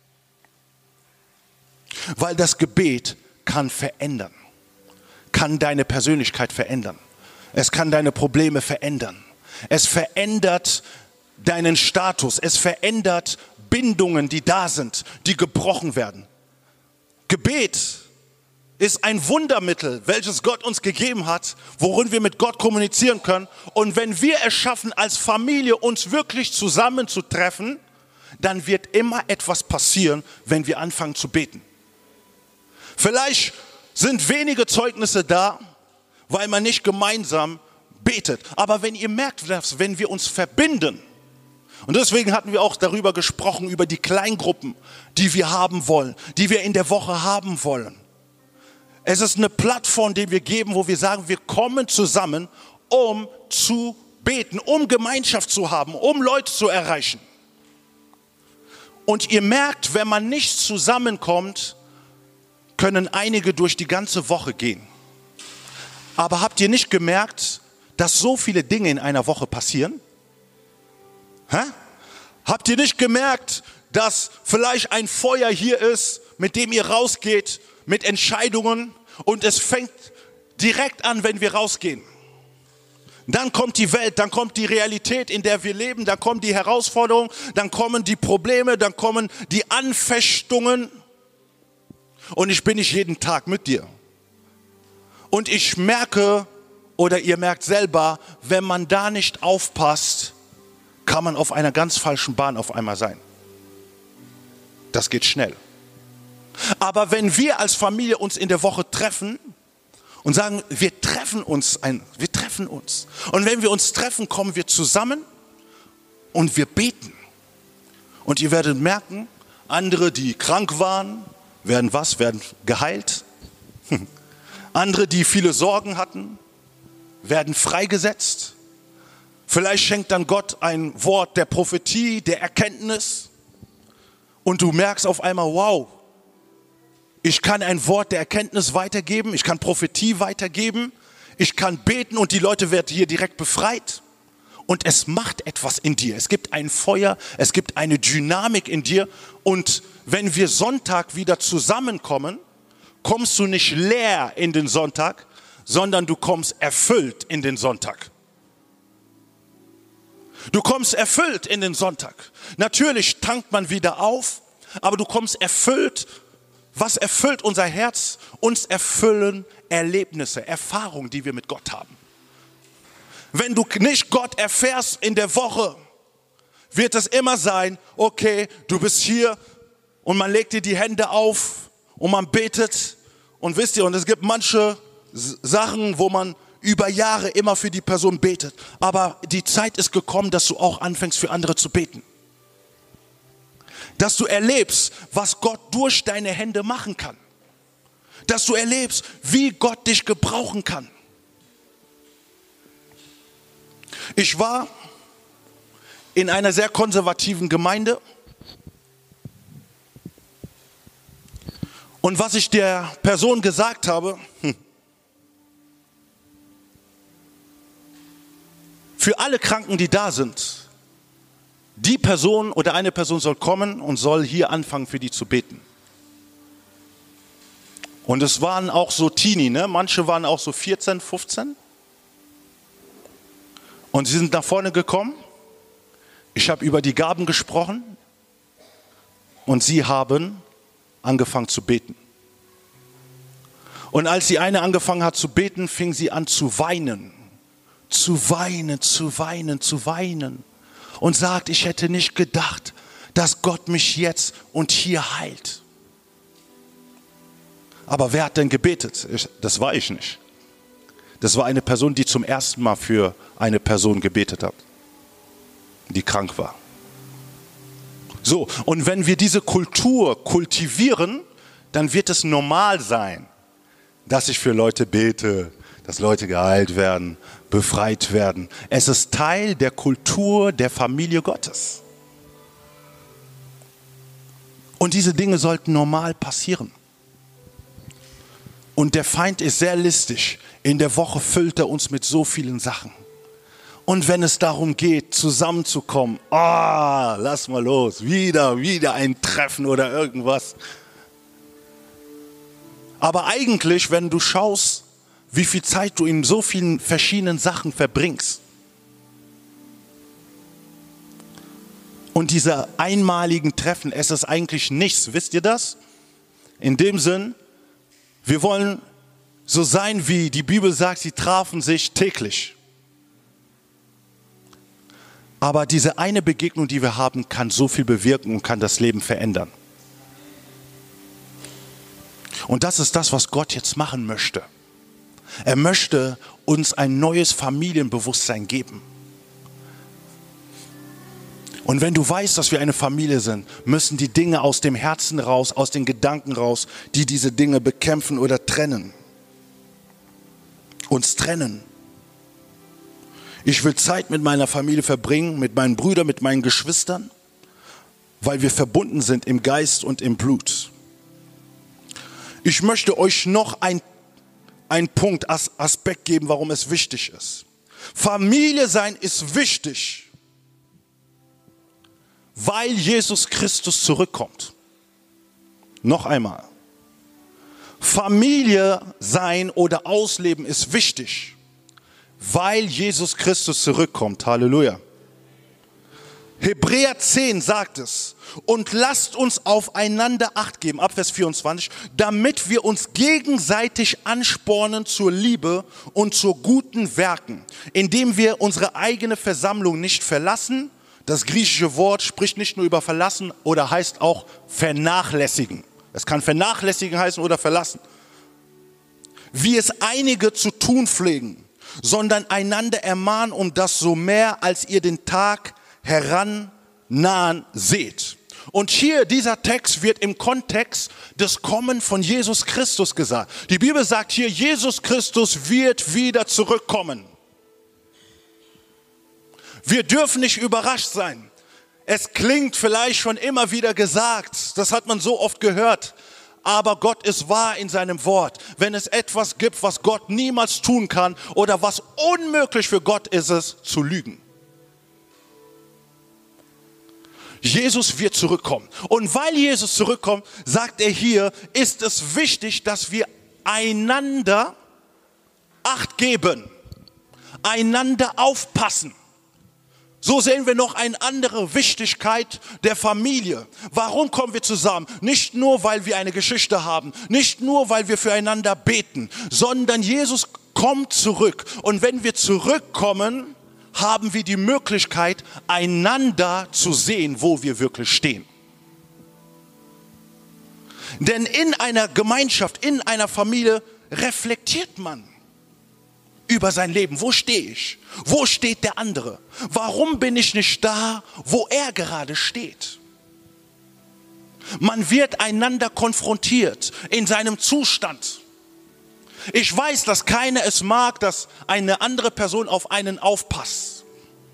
Weil das Gebet kann verändern, kann deine Persönlichkeit verändern. Es kann deine Probleme verändern. Es verändert deinen Status. Es verändert Bindungen, die da sind, die gebrochen werden. Gebet ist ein Wundermittel, welches Gott uns gegeben hat, worin wir mit Gott kommunizieren können. Und wenn wir es schaffen, als Familie uns wirklich zusammenzutreffen, dann wird immer etwas passieren, wenn wir anfangen zu beten. Vielleicht sind wenige Zeugnisse da, weil man nicht gemeinsam betet. Aber wenn ihr merkt, dass wenn wir uns verbinden, und deswegen hatten wir auch darüber gesprochen, über die Kleingruppen, die wir haben wollen, die wir in der Woche haben wollen. Es ist eine Plattform, die wir geben, wo wir sagen, wir kommen zusammen, um zu beten, um Gemeinschaft zu haben, um Leute zu erreichen. Und ihr merkt, wenn man nicht zusammenkommt, können einige durch die ganze Woche gehen. Aber habt ihr nicht gemerkt, dass so viele Dinge in einer Woche passieren? Habt ihr nicht gemerkt, dass vielleicht ein Feuer hier ist, mit dem ihr rausgeht, mit Entscheidungen, und es fängt direkt an, wenn wir rausgehen. Dann kommt die Welt, dann kommt die Realität, in der wir leben, dann kommen die Herausforderungen, dann kommen die Probleme, dann kommen die Anfechtungen. Und ich bin nicht jeden Tag mit dir. Und ich merke, oder ihr merkt selber, wenn man da nicht aufpasst, kann man auf einer ganz falschen Bahn auf einmal sein. Das geht schnell. Aber wenn wir als Familie uns in der Woche treffen und sagen, wir treffen uns. Und wenn wir uns treffen, kommen wir zusammen und wir beten. Und ihr werdet merken, Andere, die krank waren, werden was? Werden geheilt. Andere, die viele Sorgen hatten, werden freigesetzt. Vielleicht schenkt dann Gott ein Wort der Prophetie, der Erkenntnis. Und du merkst auf einmal, wow, ich kann ein Wort der Erkenntnis weitergeben, ich kann Prophetie weitergeben, ich kann beten und die Leute werden hier direkt befreit. Und es macht etwas in dir. Es gibt ein Feuer, es gibt eine Dynamik in dir. Und wenn wir Sonntag wieder zusammenkommen, kommst du nicht leer in den Sonntag, sondern du kommst erfüllt in den Sonntag. Du kommst erfüllt in den Sonntag. Natürlich tankt man wieder auf, aber du kommst erfüllt. Was erfüllt unser Herz? Uns erfüllen Erlebnisse, Erfahrungen, die wir mit Gott haben. Wenn du nicht Gott erfährst in der Woche, wird es immer sein, okay, du bist hier und man legt dir die Hände auf und man betet. Und wisst ihr, und es gibt manche Sachen, wo man über Jahre immer für die Person betet. Aber die Zeit ist gekommen, dass du auch anfängst für andere zu beten. Dass du erlebst, was Gott durch deine Hände machen kann. Dass du erlebst, wie Gott dich gebrauchen kann. Ich war in einer sehr konservativen Gemeinde und was ich der Person gesagt habe, für alle Kranken, die da sind, die Person oder eine Person soll kommen und soll hier anfangen, für die zu beten. Und es waren auch so Teenie, ne? Manche waren auch so 14, 15. Und sie sind nach vorne gekommen. Ich habe über die Gaben gesprochen. Und sie haben angefangen zu beten. Und als die eine angefangen hat zu beten, fing sie an zu weinen. Zu weinen, zu weinen, zu weinen. Und sagt, ich hätte nicht gedacht, dass Gott mich jetzt und hier heilt. Aber wer hat denn gebetet? Das war ich nicht. Das war eine Person, die zum ersten Mal für eine Person gebetet hat, die krank war. So, und wenn wir diese Kultur kultivieren, dann wird es normal sein, dass ich für Leute bete, dass Leute geheilt werden, befreit werden. Es ist Teil der Kultur der Familie Gottes. Und diese Dinge sollten normal passieren. Und der Feind ist sehr listig. In der Woche füllt er uns mit so vielen Sachen. Und wenn es darum geht, zusammenzukommen, lass mal los, wieder ein Treffen oder irgendwas. Aber eigentlich, wenn du schaust, wie viel Zeit du in so vielen verschiedenen Sachen verbringst. Und diese einmaligen Treffen, es ist eigentlich nichts. Wisst ihr das? In dem Sinn, wir wollen so sein, wie die Bibel sagt, sie trafen sich täglich. Aber diese eine Begegnung, die wir haben, kann so viel bewirken und kann das Leben verändern. Und das ist das, was Gott jetzt machen möchte. Er möchte uns ein neues Familienbewusstsein geben. Und wenn du weißt, dass wir eine Familie sind, müssen die Dinge aus dem Herzen raus, aus den Gedanken raus, die diese Dinge bekämpfen oder trennen. Uns trennen. Ich will Zeit mit meiner Familie verbringen, mit meinen Brüdern, mit meinen Geschwistern, weil wir verbunden sind im Geist und im Blut. Ich möchte euch noch einen Punkt, Aspekt geben, warum es wichtig ist. Familie sein ist wichtig, weil Jesus Christus zurückkommt. Noch einmal. Familie sein oder ausleben ist wichtig, weil Jesus Christus zurückkommt. Halleluja. Hebräer 10 sagt es. Und lasst uns aufeinander Acht geben, ab Vers 24, damit wir uns gegenseitig anspornen zur Liebe und zu guten Werken, indem wir unsere eigene Versammlung nicht verlassen. Das griechische Wort spricht nicht nur über verlassen oder heißt auch vernachlässigen. Es kann vernachlässigen heißen oder verlassen. Wie es einige zu tun pflegen, sondern einander ermahnen, um das so mehr, als ihr den Tag herannahen seht. Und hier, dieser Text wird im Kontext des Kommen von Jesus Christus gesagt. Die Bibel sagt hier, Jesus Christus wird wieder zurückkommen. Wir dürfen nicht überrascht sein. Es klingt vielleicht schon immer wieder gesagt, das hat man so oft gehört, aber Gott ist wahr in seinem Wort. Wenn es etwas gibt, was Gott niemals tun kann oder was unmöglich für Gott ist, es zu lügen. Jesus wird zurückkommen. Und weil Jesus zurückkommt, sagt er hier, ist es wichtig, dass wir einander Acht geben, einander aufpassen. So sehen wir noch eine andere Wichtigkeit der Familie. Warum kommen wir zusammen? Nicht nur, weil wir eine Geschichte haben, nicht nur, weil wir füreinander beten, sondern Jesus kommt zurück. Und wenn wir zurückkommen, haben wir die Möglichkeit, einander zu sehen, wo wir wirklich stehen. Denn in einer Gemeinschaft, in einer Familie reflektiert man über sein Leben. Wo stehe ich? Wo steht der andere? Warum bin ich nicht da, wo er gerade steht? Man wird einander konfrontiert in seinem Zustand. Ich weiß, dass keiner es mag, dass eine andere Person auf einen aufpasst.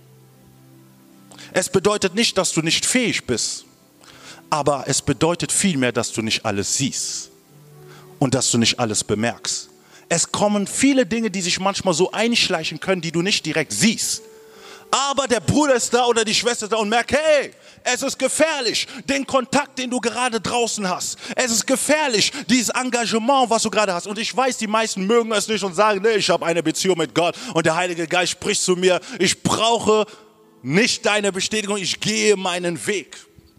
Es bedeutet nicht, dass du nicht fähig bist, aber es bedeutet vielmehr, dass du nicht alles siehst und dass du nicht alles bemerkst. Es kommen viele Dinge, die sich manchmal so einschleichen können, die du nicht direkt siehst. Aber der Bruder ist da oder die Schwester ist da und merkt, hey, es ist gefährlich, den Kontakt, den du gerade draußen hast. Es ist gefährlich, dieses Engagement, was du gerade hast. Und ich weiß, die meisten mögen es nicht und sagen, nee, ich habe eine Beziehung mit Gott und der Heilige Geist spricht zu mir. Ich brauche nicht deine Bestätigung, ich gehe meinen Weg.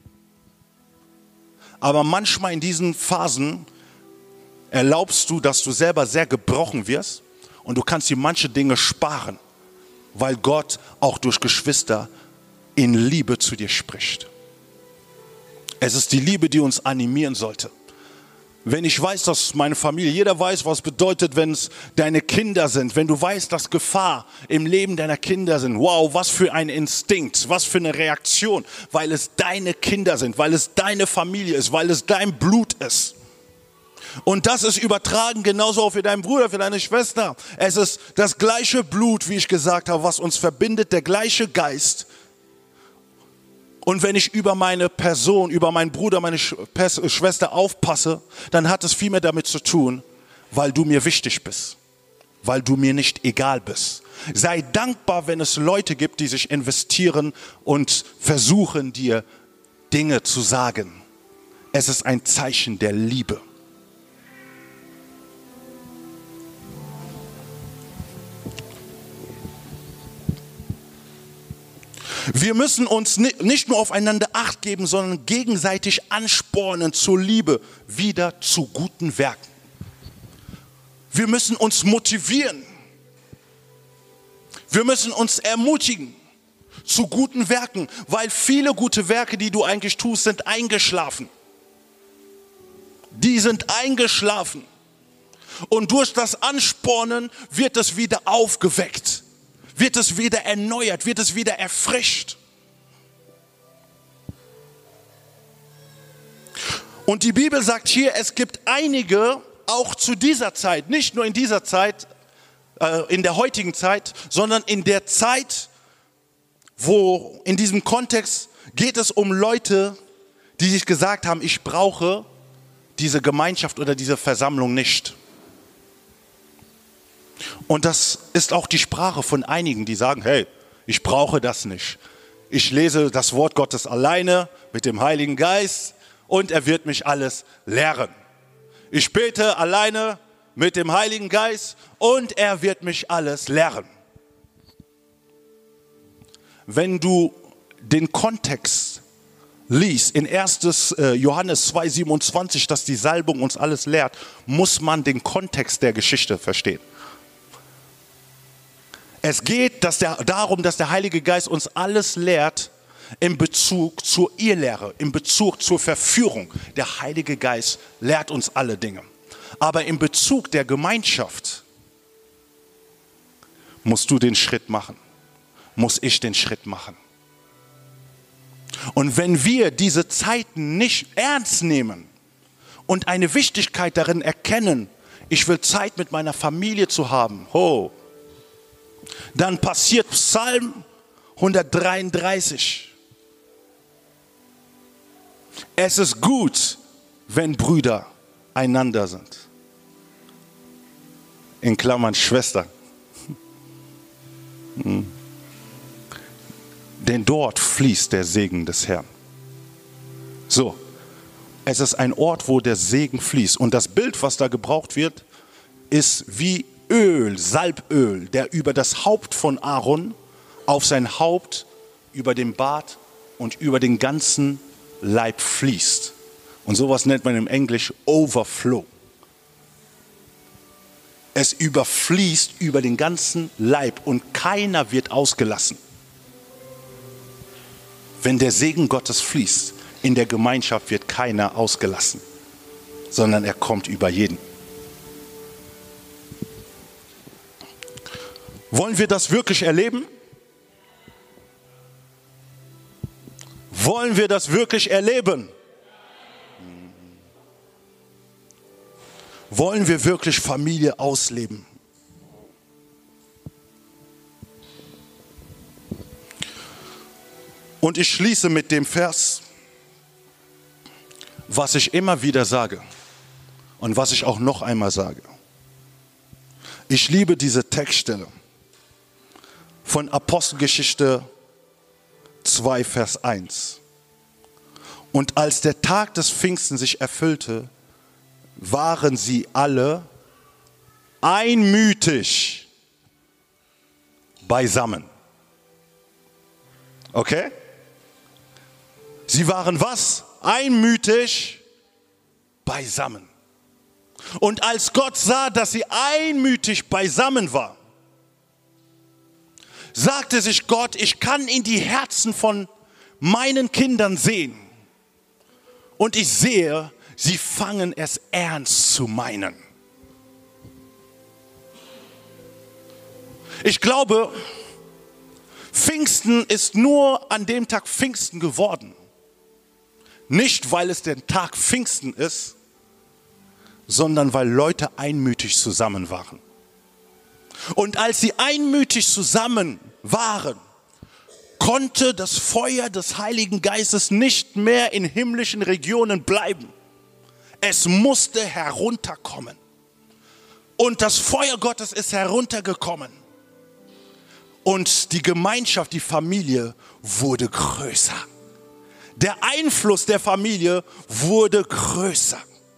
Aber manchmal in diesen Phasen erlaubst du, dass du selber sehr gebrochen wirst und du kannst dir manche Dinge sparen, weil Gott auch durch Geschwister in Liebe zu dir spricht. Es ist die Liebe, die uns animieren sollte. Wenn ich weiß, dass meine Familie, jeder weiß, was bedeutet, wenn es deine Kinder sind, wenn du weißt, dass Gefahr im Leben deiner Kinder sind, wow, was für ein Instinkt, was für eine Reaktion, weil es deine Kinder sind, weil es deine Familie ist, weil es dein Blut ist. Und das ist übertragen genauso auch für deinen Bruder, für deine Schwester. Es ist das gleiche Blut, wie ich gesagt habe, was uns verbindet, der gleiche Geist. Und wenn ich über meine Person, über meinen Bruder, meine Schwester aufpasse, dann hat es viel mehr damit zu tun, weil du mir wichtig bist, weil du mir nicht egal bist. Sei dankbar, wenn es Leute gibt, die sich investieren und versuchen, dir Dinge zu sagen. Es ist ein Zeichen der Liebe. Wir müssen uns nicht nur aufeinander Acht geben, sondern gegenseitig anspornen zur Liebe, wieder zu guten Werken. Wir müssen uns motivieren. Wir müssen uns ermutigen zu guten Werken, weil viele gute Werke, die du eigentlich tust, sind eingeschlafen. Die sind eingeschlafen. Und durch das Anspornen wird es wieder aufgeweckt. Wird es wieder erneuert, wird es wieder erfrischt. Und die Bibel sagt hier, es gibt einige, auch zu dieser Zeit, nicht nur in dieser Zeit, in der heutigen Zeit, sondern in der Zeit, wo in diesem Kontext geht es um Leute, die sich gesagt haben, ich brauche diese Gemeinschaft oder diese Versammlung nicht. Und das ist auch die Sprache von einigen, die sagen, hey, ich brauche das nicht. Ich lese das Wort Gottes alleine mit dem Heiligen Geist und er wird mich alles lehren. Ich bete alleine mit dem Heiligen Geist und er wird mich alles lehren. Wenn du den Kontext liest, in 1. Johannes 2,27, dass die Salbung uns alles lehrt, muss man den Kontext der Geschichte verstehen. Es geht darum, dass der Heilige Geist uns alles lehrt in Bezug zur Irrlehre, in Bezug zur Verführung. Der Heilige Geist lehrt uns alle Dinge. Aber in Bezug der Gemeinschaft musst du den Schritt machen, muss ich den Schritt machen. Und wenn wir diese Zeiten nicht ernst nehmen und eine Wichtigkeit darin erkennen, ich will Zeit mit meiner Familie zu haben, dann passiert Psalm 133. Es ist gut, wenn Brüder einander sind. In Klammern Schwestern. Denn dort fließt der Segen des Herrn. So, es ist ein Ort, wo der Segen fließt. Und das Bild, was da gebraucht wird, ist wie Öl, Salböl, der über das Haupt von Aaron, auf sein Haupt, über den Bart und über den ganzen Leib fließt. Und sowas nennt man im Englisch Overflow. Es überfließt über den ganzen Leib und keiner wird ausgelassen. Wenn der Segen Gottes fließt, in der Gemeinschaft wird keiner ausgelassen, sondern er kommt über jeden. Wollen wir das wirklich erleben? Wollen wir das wirklich erleben? Wollen wir wirklich Familie ausleben? Und ich schließe mit dem Vers, was ich immer wieder sage und was ich auch noch einmal sage. Ich liebe diese Textstelle von Apostelgeschichte 2, Vers 1. Und als der Tag des Pfingsten sich erfüllte, waren sie alle einmütig beisammen. Okay? Sie waren was? Einmütig beisammen. Und als Gott sah, dass sie einmütig beisammen war, sagte sich Gott, ich kann in die Herzen von meinen Kindern sehen. Und ich sehe, sie fangen es ernst zu meinen. Ich glaube, Pfingsten ist nur an dem Tag Pfingsten geworden. Nicht, weil es der Tag Pfingsten ist, sondern weil Leute einmütig zusammen waren. Und als sie einmütig zusammen waren, konnte das Feuer des Heiligen Geistes nicht mehr in himmlischen Regionen bleiben. Es musste herunterkommen. Und das Feuer Gottes ist heruntergekommen. Und die Gemeinschaft, die Familie wurde größer. Der Einfluss der Familie wurde größer.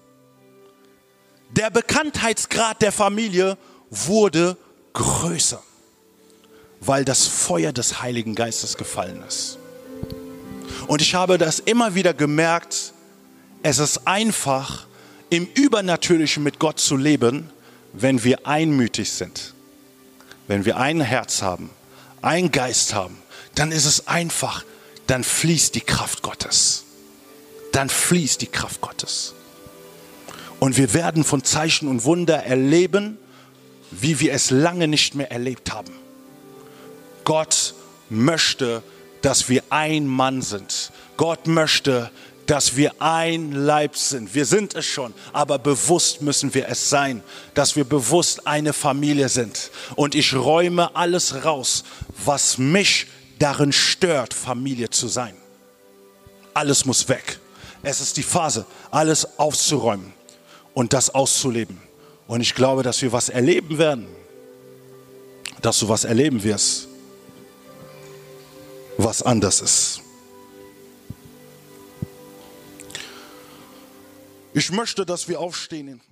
Der Bekanntheitsgrad der Familie wurde größer, weil das Feuer des Heiligen Geistes gefallen ist. Und ich habe das immer wieder gemerkt, es ist einfach, im Übernatürlichen mit Gott zu leben, wenn wir einmütig sind. Wenn wir ein Herz haben, einen Geist haben, dann ist es einfach, dann fließt die Kraft Gottes. Dann fließt die Kraft Gottes. Und wir werden von Zeichen und Wunder erleben, wie wir es lange nicht mehr erlebt haben. Gott möchte, dass wir ein Mann sind. Gott möchte, dass wir ein Leib sind. Wir sind es schon, aber bewusst müssen wir es sein, dass wir bewusst eine Familie sind. Und ich räume alles raus, was mich darin stört, Familie zu sein. Alles muss weg. Es ist die Phase, alles aufzuräumen und das auszuleben. Und ich glaube, dass wir was erleben werden, dass du was erleben wirst, was anders ist. Ich möchte, dass wir aufstehen.